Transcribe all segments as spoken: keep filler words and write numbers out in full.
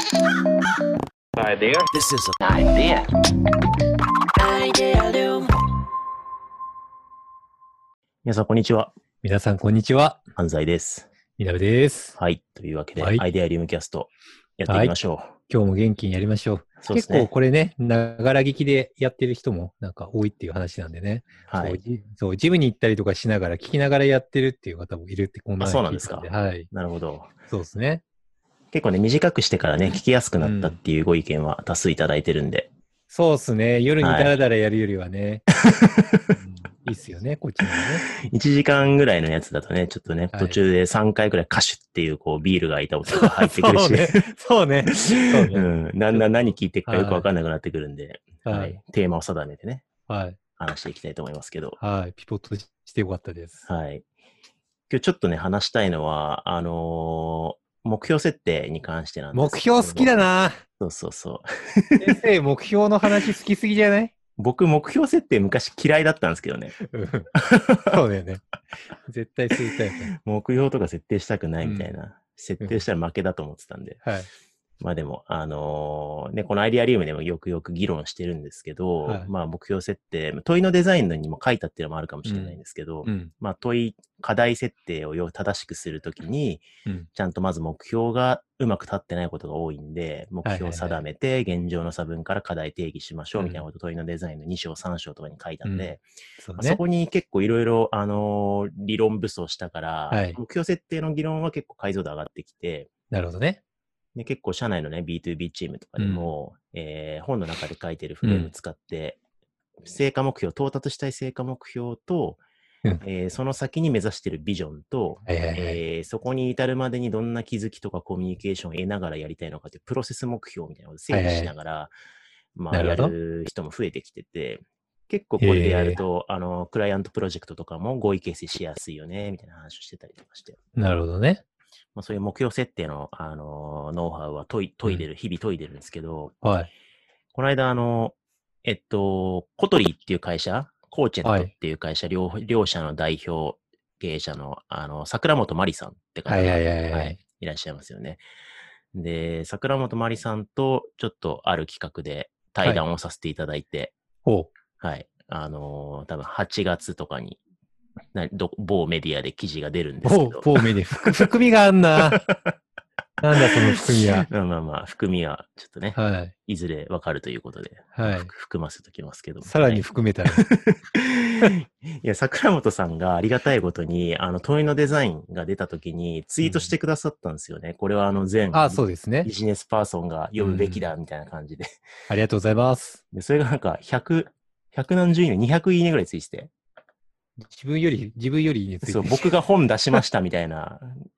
Idea. This is an idea. Idea. 皆さん、こんにちは。 皆さん、こんにちは。 安西です。 みなべです。 はい。というわけで、 はい、 アイデアリウムキャスト、やっていきましょう、はい。 今日も元気にやりましょう。そうですね、結構これね、ながら聞きでやってる人もなんか多いっていう話なんでね。はい。そう、そう、ジムに行ったりとかしながら、聞きながらやってるっていう方もいるってこんなに聞いたんで。あ、そうなんですか。 はい。 なるほど。 そうですね。 結構ね、短くしてからね、聞きやすくなったっていうご意見は多数いただいてるんで。うん、 そうですね。夜にダラダラやるよりはね。はいうんいいっすよね、こっちもね。 いちじかんぐらいのやつだとね、ちょっとね、はい、途中でさんかいぐらいカシュっていう、こう、ビールが開いた音が入ってくるし。 そうね。そうね。そうね。 うん。だんだん何聞いてるかよくわかんなくなってくるんで、はい、はい。テーマを定めてね。はい。話していきたいと思いますけど。 はい。ピポットしてよかったです。 はい。今日ちょっとね、話したいのは、あのー、目標設定に関してなんですけど。 目標好きだな。 そうそうそう。 先生、目標の話好きすぎじゃない？ 僕、目標設定昔嫌いだったんですけどね。 そうだよね。絶対そういうタイプ。 目標とか設定したくないみたいな。うん、設定したら負けだと思ってたんで。はい。まあでも、あのー、ね、このアイデアリウムでもよくよく議論してるんですけど、はい、まあ目標設定、問いのデザインにも書いたっていうのもあるかもしれないんですけど、うん、まあ問い、課題設定を正しくするときに、うん、ちゃんとまず目標がうまく立ってないことが多いんで、目標を定めて現状の差分から課題定義しましょうみたいなことを問いのデザインのに章さん章とかに書いたんで、うんそうね、まあ、そこに結構いろいろ、あのー、理論武装したから、はい、目標設定の議論は結構解像度上がってきて、 なるほどね。 で結構社内のね、ビーツービー チームとかでも、うんえー、本の中で書いてるフレーム使って、うん、成果目標、到達したい成果目標と、うんえー、その先に目指してるビジョンと、はいはいはいえー、そこに至るまでにどんな気づきとかコミュニケーションを得ながらやりたいのかっていうプロセス目標みたいなのを整理しながら、はいはいまあ、やる人も増えてきてて、結構これでやると、あの、クライアントプロジェクトとかも合意形成しやすいよね、みたいな話をしてたりとかして。 なるほどね。 まあ、そういう目標設定の、あのノウハウは問い、問いでる、うん、日々問いでるんですけど、はい。この間、あの、えっと、コトリーっていう会社、コーチェットっていう会社、はい、両、両社の代表経営者の、あの、桜本まりさんって方が、はいはいはいはいはい、いらっしゃいますよね。で、桜本まりさんとちょっとある企画で対談をさせていただいて、はい。はい、あの、多分はちがつとかに、など某メディアで記事が出るんですけど。 某メディア。含みがあんな。なんだその含みは。 まあまあまあ、含みはちょっとね、はい、いずれわかるということで、はい、含ませときますけども。 さらに含めたら。 いや、桜本さんがありがたいことに、あの、問いのデザインが出たときにツイートしてくださったんですよね。うん、これはあの、全あそうですね、 ビジネスパーソンが読むべきだ、みたいな感じで、うん。 ありがとうございます。 で、それがなんか、ひゃく、ひゃく何十いいね、にひゃくいいねぐらいついてて。 自分より、自分よりについて。 そう、僕が本出しましたみたいな、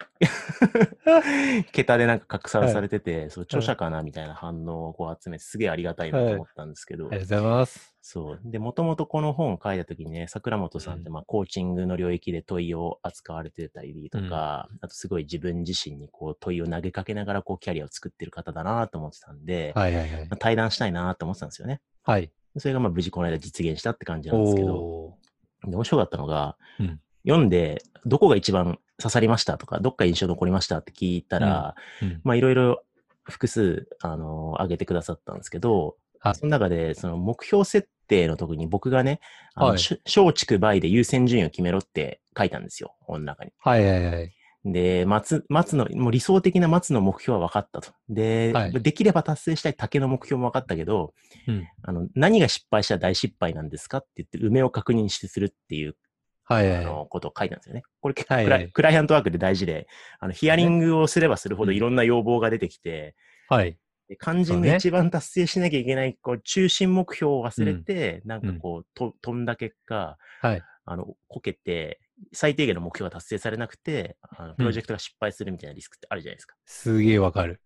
桁でなんか拡散されてて、はい、そう、著者かなみたいな反応をこう集めて、すげえありがたいなと思ったんですけど。 はい、ありがとうございます。 そう。で、もともとこの本を書いたときにね、桜本さんってまあ、コーチングの領域で問いを扱われてたりとか、うん、あとすごい自分自身にこう問いを投げかけながらこうキャリアを作ってる方だなと思ってたんで、はいはいはい、まあ、対談したいなと思ってたんですよね。はい。それがまあ無事この間実現したって感じなんですけど、で面白かったのが、うん、読んでどこが一番刺さりましたとか、どっか印象残りましたって聞いたら、うんうん、まあいろいろ複数、あのー、挙げてくださったんですけど、はい、その中でその目標設定の時に僕がね、あの、はい、小畜梅で優先順位を決めろって書いたんですよ、本の中に。はいはいはい。で、松、松の、もう理想的な松の目標は分かったと。で、はい、できれば達成したい竹の目標も分かったけど、うん、あの、何が失敗したら大失敗なんですかって言って、埋めを確認してするっていう、はいはい、あの、ことを書いたんですよね。これ結構クラ、はいはい、クライアントワークで大事で、あの、ヒアリングをすればするほどいろんな要望が出てきて、うん、はい。肝心の一番達成しなきゃいけない、こう、中心目標を忘れて、うん、なんかこう、と、飛んだ結果、はい。あの、こけて、最低限の目標が達成されなくて、あのプロジェクトが失敗するみたいなリスクってあるじゃないですか。 うん、すげえわかる。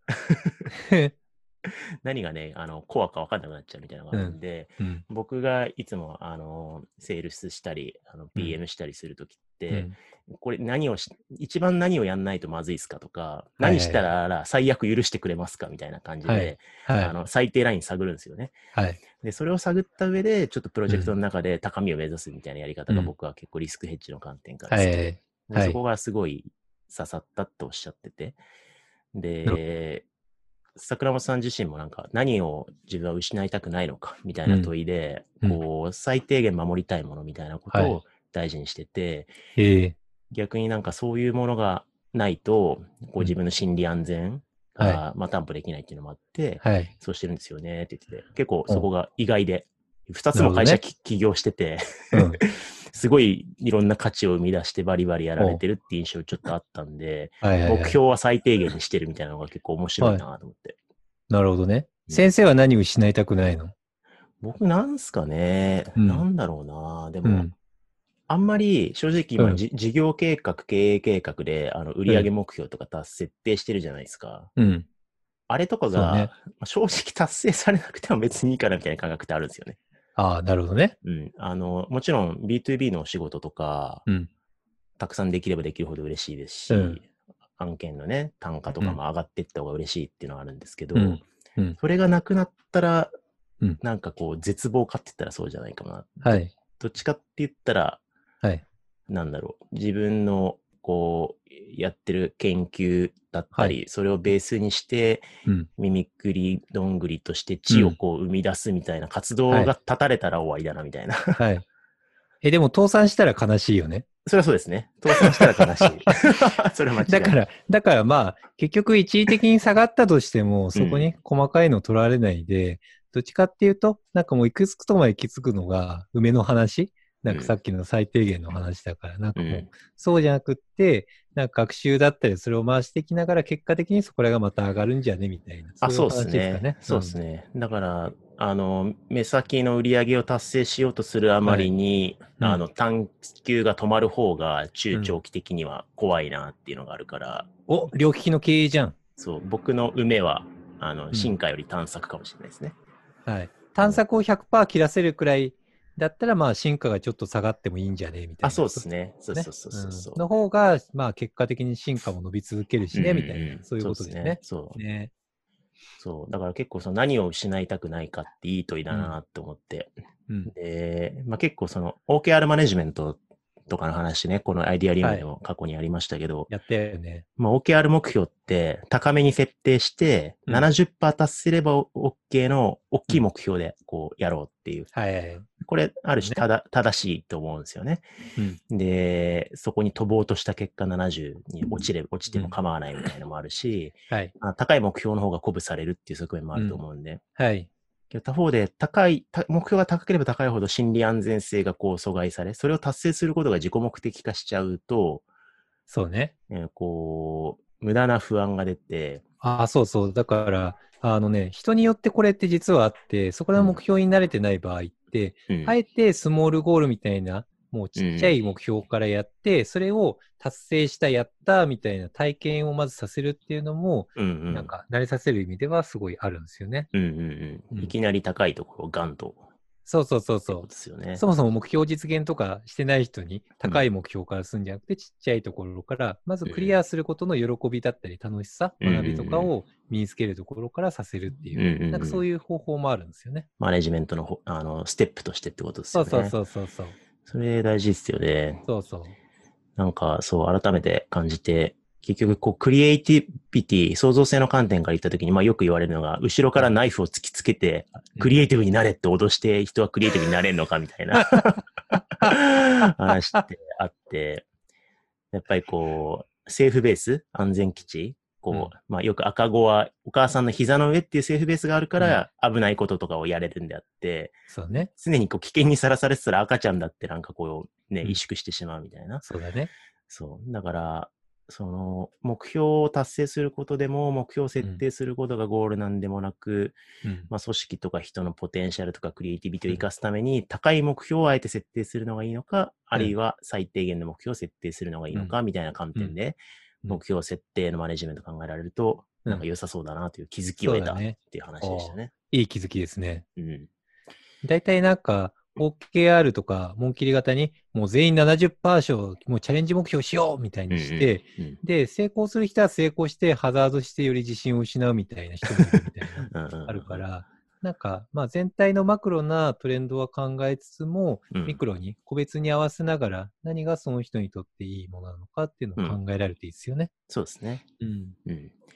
何がね、あの、コアか分かんなくなっちゃうみたいなのがあるんで、うんうん、僕がいつも、あの、セールスしたり、あの、ピーエム したりするときって、うん、これ何をし、一番何をやんないとまずいですかとか、何したら最悪許してくれますかみたいな感じで、はいはい、あの、最低ライン探るんですよね。はい。で、それを探った上で、ちょっとプロジェクトの中で高みを目指すみたいなやり方が僕は結構リスクヘッジの観点から好きで、うんはい、そこがすごい刺さったとおっしゃってて、で、 桜本さん自身もなんか何を自分は失いたくないのかみたいな問いで、うん、こう最低限守りたいものみたいなことを大事にしてて、 はい、 逆になんかそういうものがないと、こう自分の心理安全が、はい、まあ担保できないっていうのもあって、はい、そうしてるんですよねって言ってて、結構そこが意外で、二つも会社、ね、起業してて、うんすごいいろんな価値を生み出してバリバリやられてるって印象ちょっとあったんで、はいはいはい、目標は最低限にしてるみたいなのが結構面白いなと思って。はい、 なるほどね。先生は何を失いたくないの？ 僕なんすかね、うん、なんだろうな。でも、うん、あんまり正直今、うん、事業計画、経営計画であの売上目標とか達設定してるじゃないですか。うん、あれとかが、ね、正直達成されなくても別にいいかなみたいな感覚ってあるんですよね。 ああ、なるほどね。 うん。あの、もちろん ビーツービー のお仕事とか、うん、たくさんできればできるほど嬉しいですし、うん、案件のね、単価とかも上がっていった方が嬉しいっていうのはあるんですけど、うんうん、それがなくなったら、うん、なんかこう、絶望かって言ったらそうじゃないかな。はい。どっちかって言ったら、はい。なんだろう、自分のこう、やってる研究だったり、はい、それをベースにして、うん、ミミクリ、どんぐりとして知をこう生み出すみたいな活動が立たれたら終わりだなみたいな。はい。 え、でも倒産したら悲しいよね。 それはそうですね。倒産したら悲しい。それは間違いない。 だから、だからまあ、結局一時的に下がったとしても、そこに細かいの取られないで、うん、どっちかっていうと、なんかもういくつとも行き着くのが梅の話、なんかさっきの最低限の話だから、うん、なんかもう、そうじゃなくって、なんか学習だったり、それを回していきながら、結果的にそこらがまた上がるんじゃねみたいな。そういう話ですかね。 そうですね。うん、だから、あの、目先の売り上げを達成しようとするあまりに、はい、あの、探求が止まる方が中長期的には怖いなっていうのがあるから。 うん、お、両利きの経営じゃん。 そう、僕の梅は、あの、進化より探索かもしれないですね。 うん、はい。探索を ひゃくパーセント 切らせるくらいだったら、まあ、進化がちょっと下がってもいいんじゃねみたいな。 あ、そうですね。そうそうそうそう、 うん。の方が、まあ、結果的に進化も伸び続けるしね、うんうんうん、みたいな。そういうことですね。 そうですね。そう。ね。そう。だから結構その何を失いたくないかっていい問いだなって思って。うん、で、まあ結構その オーケーアール マネジメントとかの話ね、このアイディアリウムでも過去にありましたけど、はい、 やったよね。 まあ オーケーアール 目標って高めに設定して、うん、ななじゅっパーセント 達すれば OK の大きい目標でこうやろうっていう。 うん、はいはい。 これ、ある種ただ、ね、正しいと思うんですよね、うん。で、そこに飛ぼうとした結果ななじゅうに落ちれ、落ちても構わないみたいなのもあるし、うん、はい、高い目標の方が鼓舞されるっていう側面もあると思うんで。うん、はい。他方で高い、目標が高ければ高いほど心理安全性がこう阻害され、それを達成することが自己目的化しちゃうと、 そうね。 えー、こう、無駄な不安が出て。 ああ、そうそう。だから、あのね、人によってこれって実はあって、そこの目標に慣れてない場合って、うん、あえてスモールゴールみたいな、もうちっちゃい目標からやって、うん、それを達成した、やったみたいな体験をまずさせるっていうのも、うんうん、なんか慣れさせる意味ではすごいあるんですよね。 うんうんうん、いきなり高いところをガンと。 そうそうそうそう。 ですよね。 そもそも目標実現とかしてない人に高い目標からするんじゃなくて、うん、ちっちゃいところから、まずクリアすることの喜びだったり楽しさ、うん、学びとかを身につけるところからさせるっていう、うんうん、なんかそういう方法もあるんですよね。 マネジメントのあのステップとしてってことですよね。 そうそうそうそう。 それ大事ですよね。 そうそう。 なんかそう改めて感じて、結局こうクリエイティビティ、創造性の観点から言ったときに、まあよく言われるのが、後ろからナイフを突きつけて、クリエイティブになれって脅して人はクリエイティブになれるのかみたいな話ってあって、やっぱりこう、セーフベース、安全基地、こう、うん、まあよく赤子はお母さんの膝の上っていうセーフベースがあるから危ないこととかをやれるんであって、 そうね。 常にこう危険にさらされてたら赤ちゃんだってなんかこうね、萎縮してしまうみたいな。うん、 そうだね。 そう。だから、その、目標を達成することでも、目標を設定することがゴールなんでもなく、うん、まあ、組織とか人のポテンシャルとかクリエイティビティを生かすために、高い目標をあえて設定するのがいいのか、うん、あるいは最低限の目標を設定するのがいいのか、うん、みたいな観点で、目標設定のマネジメント考えられると、なんか良さそうだなという気づきを得たっていう話でしたね。ねいい気づきですね。うん。大体なんか、オーケーアール とか、紋切り型に、もう全員 ななじゅっパーセント 賞、もうチャレンジ目標しようみたいにして、うんうんうん、で、成功する人は成功して、ハザードしてより自信を失うみたいな人もいるみたいな、あるから、なんか、まあ全体のマクロなトレンドは考えつつも、うん、ミクロに個別に合わせながら、何がその人にとっていいものなのかっていうのを考えられていいですよね。 うん、そうですね。うん。うん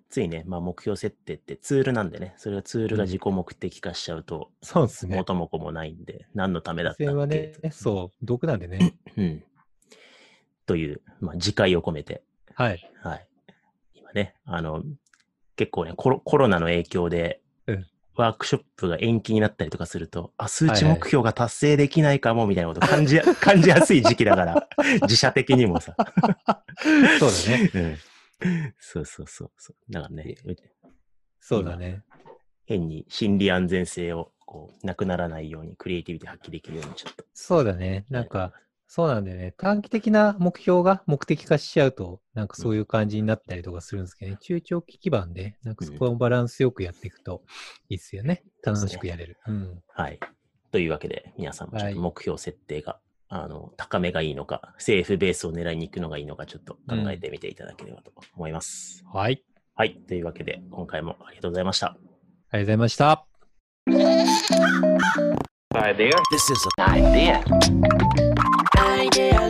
ついね、まあ目標設定ってツールなんでね、それがツールが自己目的化しちゃうと、 そうですね。 元も子もないんで、何のためだったっけはね、そう、毒なんでね。 うん。という、まあ自戒を込めて。 はい。 はい。今ね、あの、結構ね、コロコロナの影響で、 うん、 ワークショップが延期になったりとかすると、あ、数値目標が達成できないかも、みたいなこと感じや、感じやすい時期だから、自社的にもさ。 そうだね。 うん。そうそうそうそう。だからね、 そうだね。 変に心理安全性をこうなくならないようにクリエイティビティ発揮できるようにちょっと。 そうだね。なんか、そうなんだよね。短期的な目標が目的化しちゃうと、なんかそういう感じになったりとかするんですけどね。中長期基盤で、なんかそこのバランスよくやっていくといいっすよね。うん、楽しくやれる、ね。うん。 はい。というわけで、皆さんもちょっと目標設定が、はい、あの、高めがいいのか、セーフベースを狙いに行くのがいいのか、ちょっと考えてみていただければと思います。 うん、はい。 はい。というわけで、今回もありがとうございました。ありがとうございました。 Idea. This is an idea. Idea.